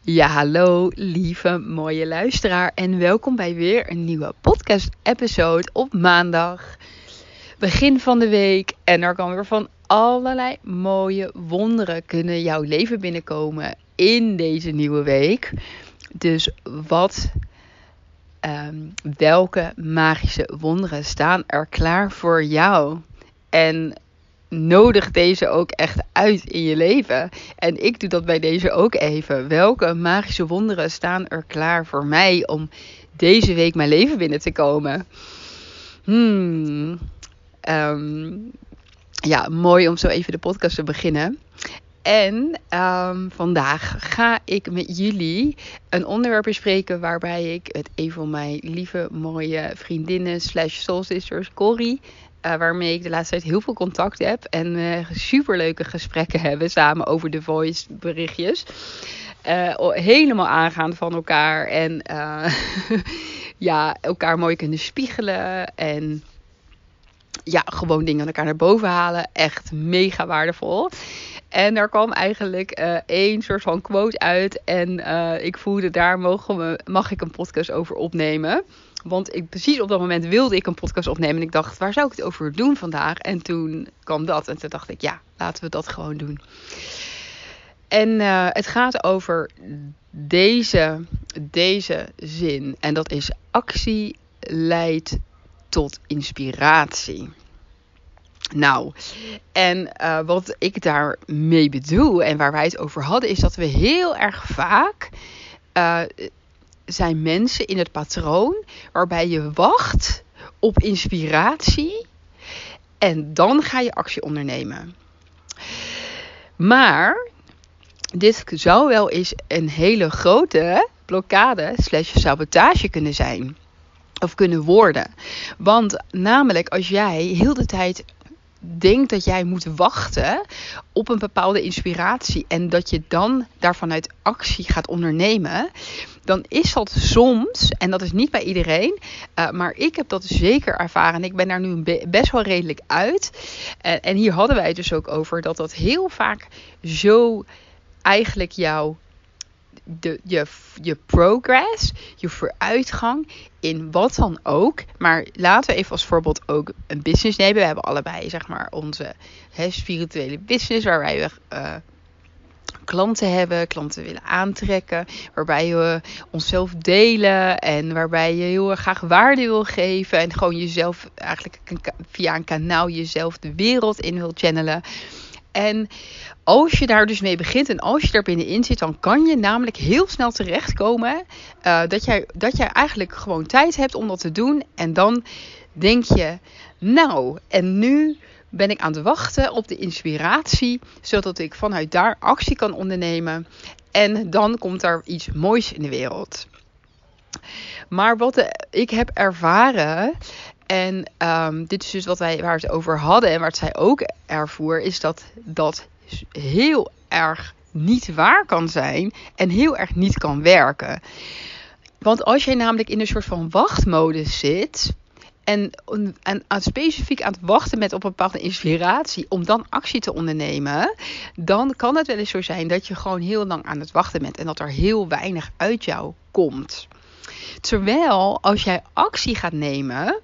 Ja, hallo lieve mooie luisteraar en welkom bij weer een nieuwe podcast-episode op maandag. Begin van de week en er kan weer van allerlei mooie wonderen kunnen jouw leven binnenkomen in deze nieuwe week. Dus welke magische wonderen staan er klaar voor jou? En nodig deze ook echt uit in je leven. En ik doe dat bij deze ook even. Welke magische wonderen staan er klaar voor mij om deze week mijn leven binnen te komen? Ja, mooi om zo even de podcast te beginnen. En vandaag ga ik met jullie een onderwerp bespreken waarbij ik met een van mijn lieve mooie vriendinnen / soul sisters, Corrie, waarmee ik de laatste tijd heel veel contact heb en superleuke gesprekken hebben samen over de voice berichtjes. Helemaal aangaan van elkaar en ja, elkaar mooi kunnen spiegelen en ja, gewoon dingen aan elkaar naar boven halen. Echt mega waardevol. En daar kwam eigenlijk één soort van quote uit. En ik voelde, daar mag ik een podcast over opnemen. Want precies op dat moment wilde ik een podcast opnemen. En ik dacht, waar zou ik het over doen vandaag? En toen kwam dat. En toen dacht ik, ja, laten we dat gewoon doen. En het gaat over deze zin. En dat is: actie leidt tot inspiratie. Nou, en wat ik daarmee bedoel en waar wij het over hadden, is dat we heel erg vaak zijn mensen in het patroon waarbij je wacht op inspiratie en dan ga je actie ondernemen. Maar dit zou wel eens een hele grote blokkade / sabotage kunnen zijn. Of kunnen worden. Want namelijk als jij heel de tijd denkt dat jij moet wachten op een bepaalde inspiratie en dat je dan daarvanuit actie gaat ondernemen, dan is dat soms, en dat is niet bij iedereen, maar ik heb dat zeker ervaren en ik ben daar nu best wel redelijk uit. En hier hadden wij het dus ook over dat heel vaak zo eigenlijk je progress, je vooruitgang in wat dan ook. Maar laten we even als voorbeeld ook een business nemen. We hebben allebei zeg maar onze spirituele business waarbij we klanten willen aantrekken, waarbij we onszelf delen en waarbij je heel erg graag waarde wil geven en gewoon jezelf eigenlijk via een kanaal jezelf de wereld in wil channelen. En als je daar dus mee begint en als je daar binnenin zit, dan kan je namelijk heel snel terechtkomen dat jij eigenlijk gewoon tijd hebt om dat te doen. En dan denk je, nou, en nu ben ik aan het wachten op de inspiratie, zodat ik vanuit daar actie kan ondernemen. En dan komt er iets moois in de wereld. Maar wat ik heb ervaren, en dit is dus waar we het over hadden en waar zij ook ervoer, is dat heel erg niet waar kan zijn en heel erg niet kan werken. Want als jij namelijk in een soort van wachtmodus zit en specifiek aan het wachten met op een bepaalde inspiratie om dan actie te ondernemen, dan kan het wel eens zo zijn dat je gewoon heel lang aan het wachten bent en dat er heel weinig uit jou komt. Terwijl als jij actie gaat nemen,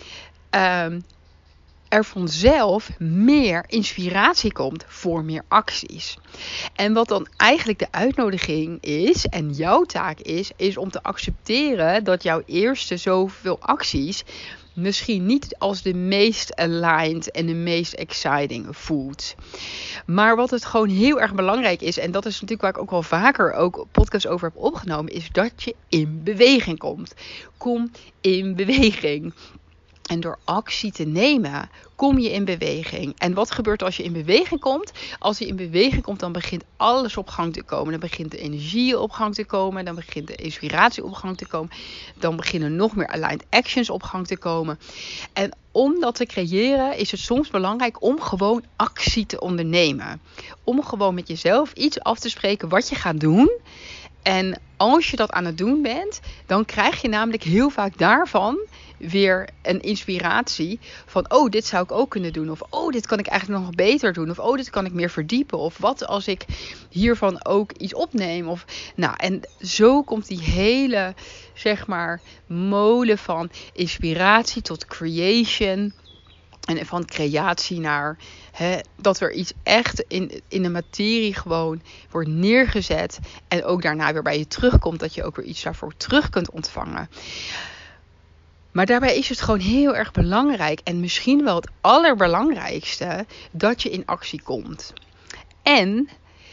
er vanzelf meer inspiratie komt voor meer acties. En wat dan eigenlijk de uitnodiging is en jouw taak is om te accepteren dat jouw eerste zoveel acties misschien niet als de meest aligned en de meest exciting voelt. Maar wat het gewoon heel erg belangrijk is, en dat is natuurlijk waar ik ook wel vaker ook podcasts over heb opgenomen, is dat je in beweging komt. Kom in beweging. En door actie te nemen, kom je in beweging. En wat gebeurt als je in beweging komt? Als je in beweging komt, dan begint alles op gang te komen. Dan begint de energie op gang te komen. Dan begint de inspiratie op gang te komen. Dan beginnen nog meer aligned actions op gang te komen. En om dat te creëren is het soms belangrijk om gewoon actie te ondernemen. Om gewoon met jezelf iets af te spreken wat je gaat doen. En als je dat aan het doen bent, dan krijg je namelijk heel vaak daarvan weer een inspiratie van, oh, dit zou ik ook kunnen doen. Of, oh, dit kan ik eigenlijk nog beter doen. Of, oh, dit kan ik meer verdiepen. Of, wat als ik hiervan ook iets opneem. Of, nou, en zo komt die hele, zeg maar, molen van inspiratie tot creation. En van creatie naar dat er iets echt in de materie gewoon wordt neergezet. En ook daarna weer bij je terugkomt. Dat je ook weer iets daarvoor terug kunt ontvangen. Maar daarbij is het gewoon heel erg belangrijk. En misschien wel het allerbelangrijkste. Dat je in actie komt. En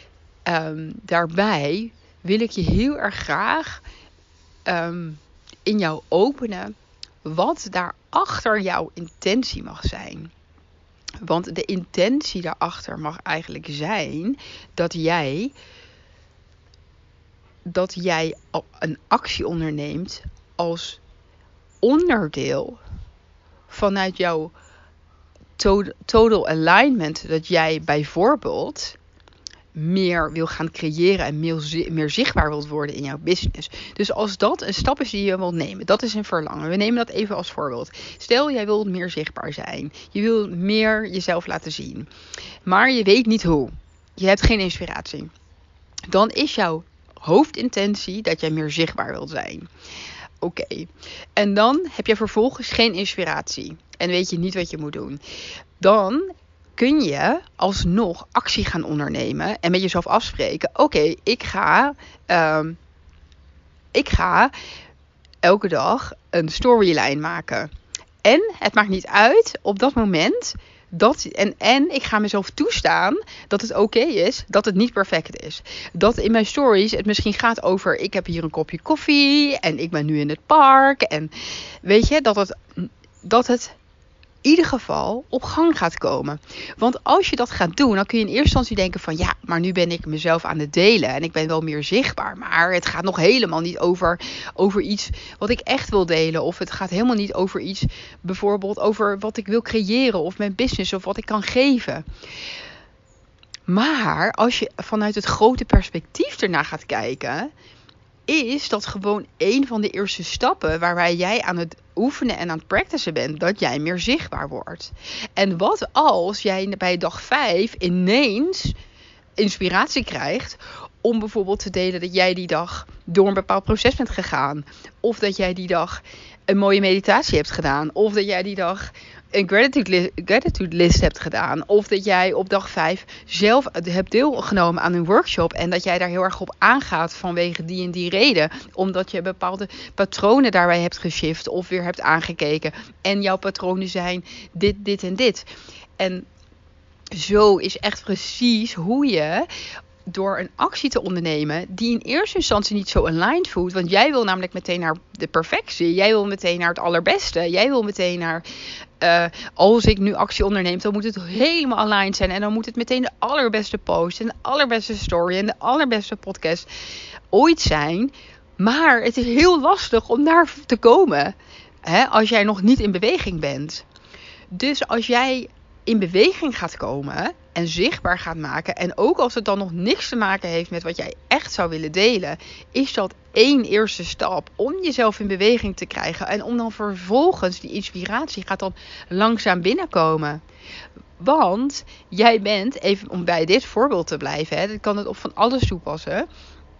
daarbij wil ik je heel erg graag in jou openen. Wat daarachter jouw intentie mag zijn. Want de intentie daarachter mag eigenlijk zijn dat jij een actie onderneemt als onderdeel vanuit jouw total alignment. Dat jij bijvoorbeeld meer wil gaan creëren en meer zichtbaar wilt worden in jouw business. Dus als dat een stap is die je wilt nemen, dat is een verlangen. We nemen dat even als voorbeeld. Stel, jij wilt meer zichtbaar zijn. Je wilt meer jezelf laten zien. Maar je weet niet hoe. Je hebt geen inspiratie. Dan is jouw hoofdintentie dat jij meer zichtbaar wilt zijn. Oké. En dan heb je vervolgens geen inspiratie. En weet je niet wat je moet doen. Dan kun je alsnog actie gaan ondernemen en met jezelf afspreken. Oké, ik ga elke dag een storyline maken. En het maakt niet uit op dat moment. En ik ga mezelf toestaan dat het oké is, dat het niet perfect is. Dat in mijn stories het misschien gaat over, ik heb hier een kopje koffie en ik ben nu in het park. En weet je, dat het in ieder geval op gang gaat komen. Want als je dat gaat doen, dan kun je in eerste instantie denken van, ja, maar nu ben ik mezelf aan het delen en ik ben wel meer zichtbaar. Maar het gaat nog helemaal niet over iets wat ik echt wil delen. Of het gaat helemaal niet over iets, bijvoorbeeld over wat ik wil creëren of mijn business of wat ik kan geven. Maar als je vanuit het grote perspectief ernaar gaat kijken, is dat gewoon een van de eerste stappen waarbij jij aan het oefenen en aan het practicen bent, dat jij meer zichtbaar wordt. En wat als jij bij dag 5 ineens inspiratie krijgt om bijvoorbeeld te delen dat jij die dag door een bepaald proces bent gegaan. Of dat jij die dag een mooie meditatie hebt gedaan. Of dat jij die dag een gratitude list hebt gedaan. Of dat jij op dag 5 zelf hebt deelgenomen aan een workshop. En dat jij daar heel erg op aangaat vanwege die en die reden. Omdat je bepaalde patronen daarbij hebt geshift of weer hebt aangekeken. En jouw patronen zijn dit en dit. En zo is echt precies hoe je door een actie te ondernemen die in eerste instantie niet zo aligned voelt. Want jij wil namelijk meteen naar de perfectie. Jij wil meteen naar het allerbeste. Jij wil meteen naar als ik nu actie onderneem, dan moet het helemaal aligned zijn. En dan moet het meteen de allerbeste post en de allerbeste story en de allerbeste podcast ooit zijn. Maar het is heel lastig om daar te komen. Als jij nog niet in beweging bent. Dus als jij in beweging gaat komen en zichtbaar gaat maken, en ook als het dan nog niks te maken heeft met wat jij echt zou willen delen, is dat één eerste stap om jezelf in beweging te krijgen. En om dan vervolgens die inspiratie gaat dan langzaam binnenkomen. Want jij bent, even om bij dit voorbeeld te blijven, dit kan het op van alles toepassen.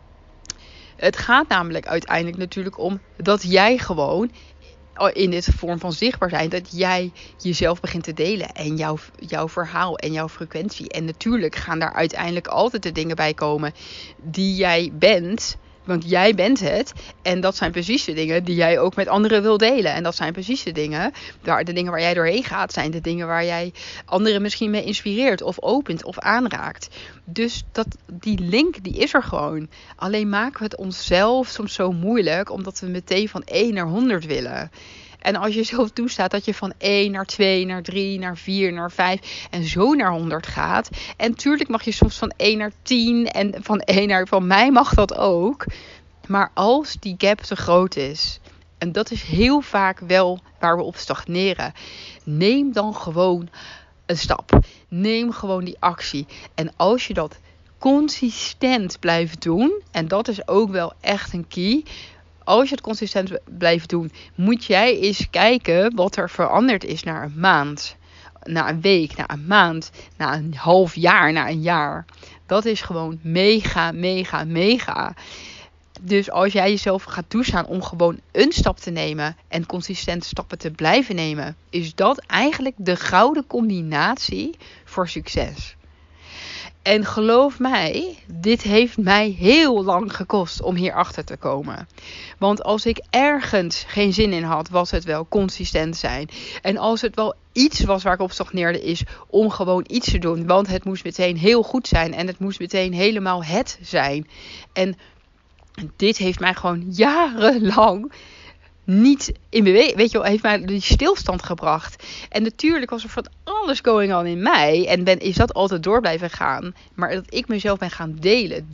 Het gaat namelijk uiteindelijk natuurlijk om dat jij gewoon in dit vorm van zichtbaar zijn, dat jij jezelf begint te delen en jouw verhaal en jouw frequentie. En natuurlijk gaan daar uiteindelijk altijd de dingen bij komen die jij bent. Want jij bent het. En dat zijn precies de dingen die jij ook met anderen wil delen. En dat zijn precies de dingen waar jij doorheen gaat, zijn de dingen waar jij anderen misschien mee inspireert of opent of aanraakt. Dus die link die is er gewoon. Alleen maken we het onszelf soms zo moeilijk, omdat we meteen van 1 naar 100 willen. En als je zelf toestaat dat je van 1 naar 2, naar 3, naar 4, naar 5 en zo naar 100 gaat. En tuurlijk mag je soms van 1 naar 10 en van mij mag dat ook. Maar als die gap te groot is, en dat is heel vaak wel waar we op stagneren, neem dan gewoon een stap. Neem gewoon die actie. En als je dat consistent blijft doen, en dat is ook wel echt een key. Als je het consistent blijft doen, moet jij eens kijken wat er veranderd is na een maand, na een week, na een maand, na een half jaar, na een jaar. Dat is gewoon mega, mega, mega. Dus als jij jezelf gaat toestaan om gewoon een stap te nemen en consistent stappen te blijven nemen, is dat eigenlijk de gouden combinatie voor succes. En geloof mij, dit heeft mij heel lang gekost om hierachter te komen. Want als ik ergens geen zin in had, was het wel consistent zijn. En als het wel iets was waar ik op stagneerde, is om gewoon iets te doen. Want het moest meteen heel goed zijn en het moest meteen helemaal het zijn. En dit heeft mij gewoon jarenlang niet in beweging, weet je wel, heeft mij die stilstand gebracht. En natuurlijk was er van alles going on in mij. En is dat altijd door blijven gaan. Maar dat ik mezelf ben gaan delen,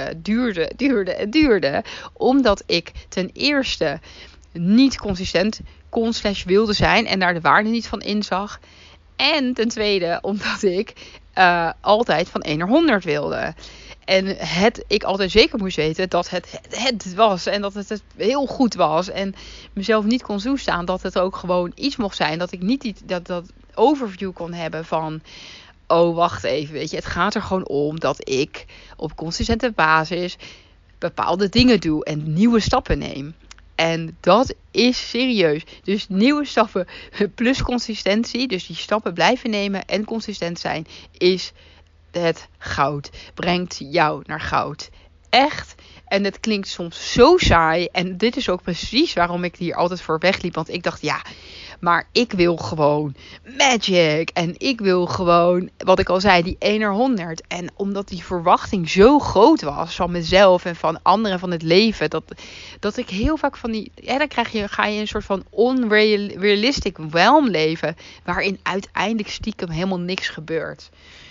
duurde. Omdat ik ten eerste niet consistent wilde zijn en daar de waarde niet van inzag. En ten tweede, omdat ik altijd van 1 naar 100 wilde. En ik altijd zeker moest weten dat het was. En dat het heel goed was. En mezelf niet kon toestaan dat het ook gewoon iets mocht zijn. Dat ik niet dat overview kon hebben van, oh wacht even, weet je. Het gaat er gewoon om dat ik op consistente basis bepaalde dingen doe. En nieuwe stappen neem. En dat is serieus. Dus nieuwe stappen plus consistentie. Dus die stappen blijven nemen en consistent zijn is het goud. Brengt jou naar goud. Echt. En het klinkt soms zo saai. En dit is ook precies waarom ik hier altijd voor wegliep. Want ik dacht, ja, maar ik wil gewoon magic. En ik wil gewoon, wat ik al zei, die 1 naar 100. En omdat die verwachting zo groot was van mezelf en van anderen, van het leven. Dat ik heel vaak van die, ja, dan ga je een soort van unrealistic realm leven. Waarin uiteindelijk stiekem helemaal niks gebeurt.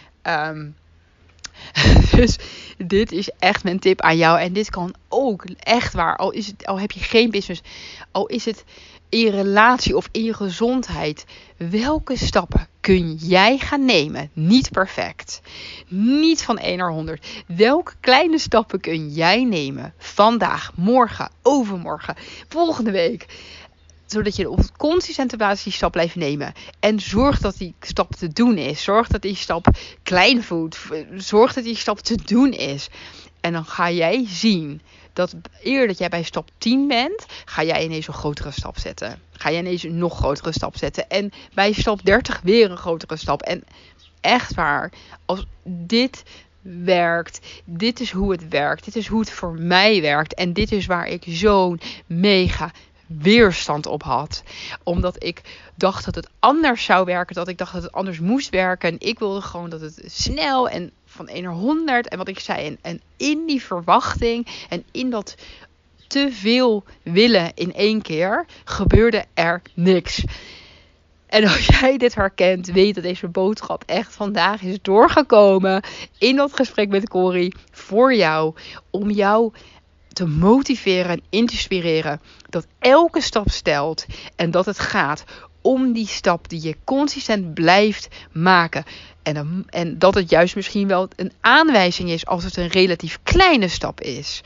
Dus dit is echt mijn tip aan jou. En dit kan ook echt waar. Al heb je geen business. Al is het in je relatie of in je gezondheid. Welke stappen kun jij gaan nemen? Niet perfect. Niet van 1 naar 100. Welke kleine stappen kun jij nemen? Vandaag, morgen, overmorgen, volgende week. Zodat je op consistente basis die stap blijft nemen. En zorg dat die stap te doen is. Zorg dat die stap klein voelt. Zorg dat die stap te doen is. En dan ga jij zien dat eer dat jij bij stap 10 bent, ga jij ineens een grotere stap zetten. Ga jij ineens een nog grotere stap zetten. En bij stap 30 weer een grotere stap. En echt waar, als dit werkt, dit is hoe het werkt. Dit is hoe het voor mij werkt. En dit is waar ik zo'n mega weerstand op had. Omdat ik dacht dat het anders zou werken. Dat ik dacht dat het anders moest werken. En ik wilde gewoon dat het snel en van 1 naar 100. En wat ik zei. En in die verwachting. En in dat te veel willen in 1 keer. Gebeurde er niks. En als jij dit herkent. Weet dat deze boodschap echt vandaag is doorgekomen. In dat gesprek met Corrie. Voor jou. Om jou te motiveren en inspireren. Dat elke stap stelt. En dat het gaat om die stap die je consistent blijft maken. En dat het juist misschien wel een aanwijzing is als het een relatief kleine stap is.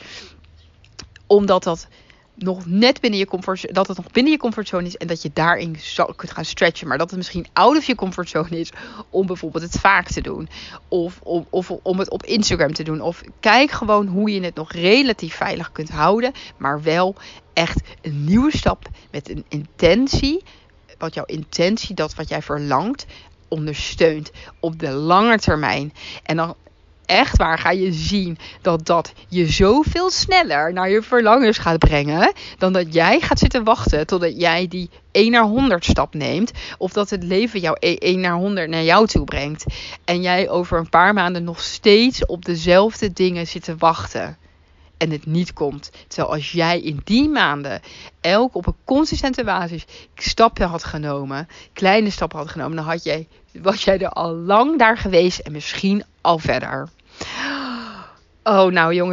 Omdat dat nog net binnen je comfortzone is en dat je daarin kunt gaan stretchen. Maar dat het misschien out of je comfortzone is om bijvoorbeeld het vaak te doen. Of om het op Instagram te doen. Of kijk gewoon hoe je het nog relatief veilig kunt houden. Maar wel echt een nieuwe stap met een intentie. Wat jouw intentie, dat wat jij verlangt, ondersteunt op de lange termijn. En dan echt waar ga je zien dat je zoveel sneller naar je verlangens gaat brengen. Dan dat jij gaat zitten wachten totdat jij die 1 naar 100 stap neemt. Of dat het leven jou 1 naar 100 naar jou toe brengt. En jij over een paar maanden nog steeds op dezelfde dingen zit te wachten. En het niet komt. Terwijl als jij in die maanden elk op een consistente basis stappen had genomen. Kleine stappen had genomen. Dan was jij er al lang daar geweest. En misschien al verder. Oh, nou jongens.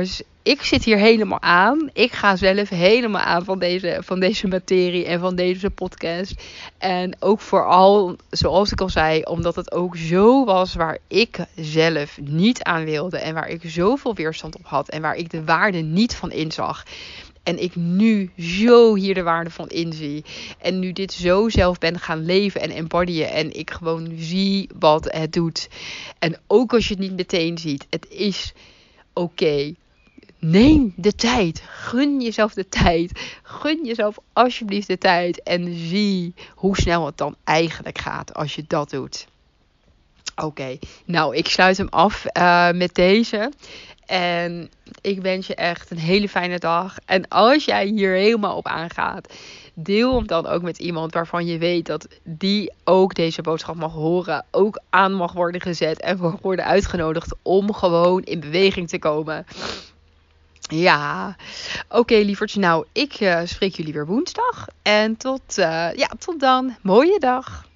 ik zit hier helemaal aan. Ik ga zelf helemaal aan van deze materie en van deze podcast. En ook vooral, zoals ik al zei, omdat het ook zo was waar ik zelf niet aan wilde. En waar ik zoveel weerstand op had. En waar ik de waarde niet van inzag. En ik nu zo hier de waarde van inzie. En nu dit zo zelf ben gaan leven en embodyen. En ik gewoon zie wat het doet. En ook als je het niet meteen ziet. Het is oké. Neem de tijd. Gun jezelf de tijd. Gun jezelf alsjeblieft de tijd. En zie hoe snel het dan eigenlijk gaat als je dat doet. Oké, nou ik sluit hem af met deze. En ik wens je echt een hele fijne dag. En als jij hier helemaal op aangaat, deel hem dan ook met iemand waarvan je weet dat die ook deze boodschap mag horen. Ook aan mag worden gezet en mag worden uitgenodigd om gewoon in beweging te komen. Ja, oké lievertjes. Nou, ik spreek jullie weer woensdag. En tot dan. Mooie dag.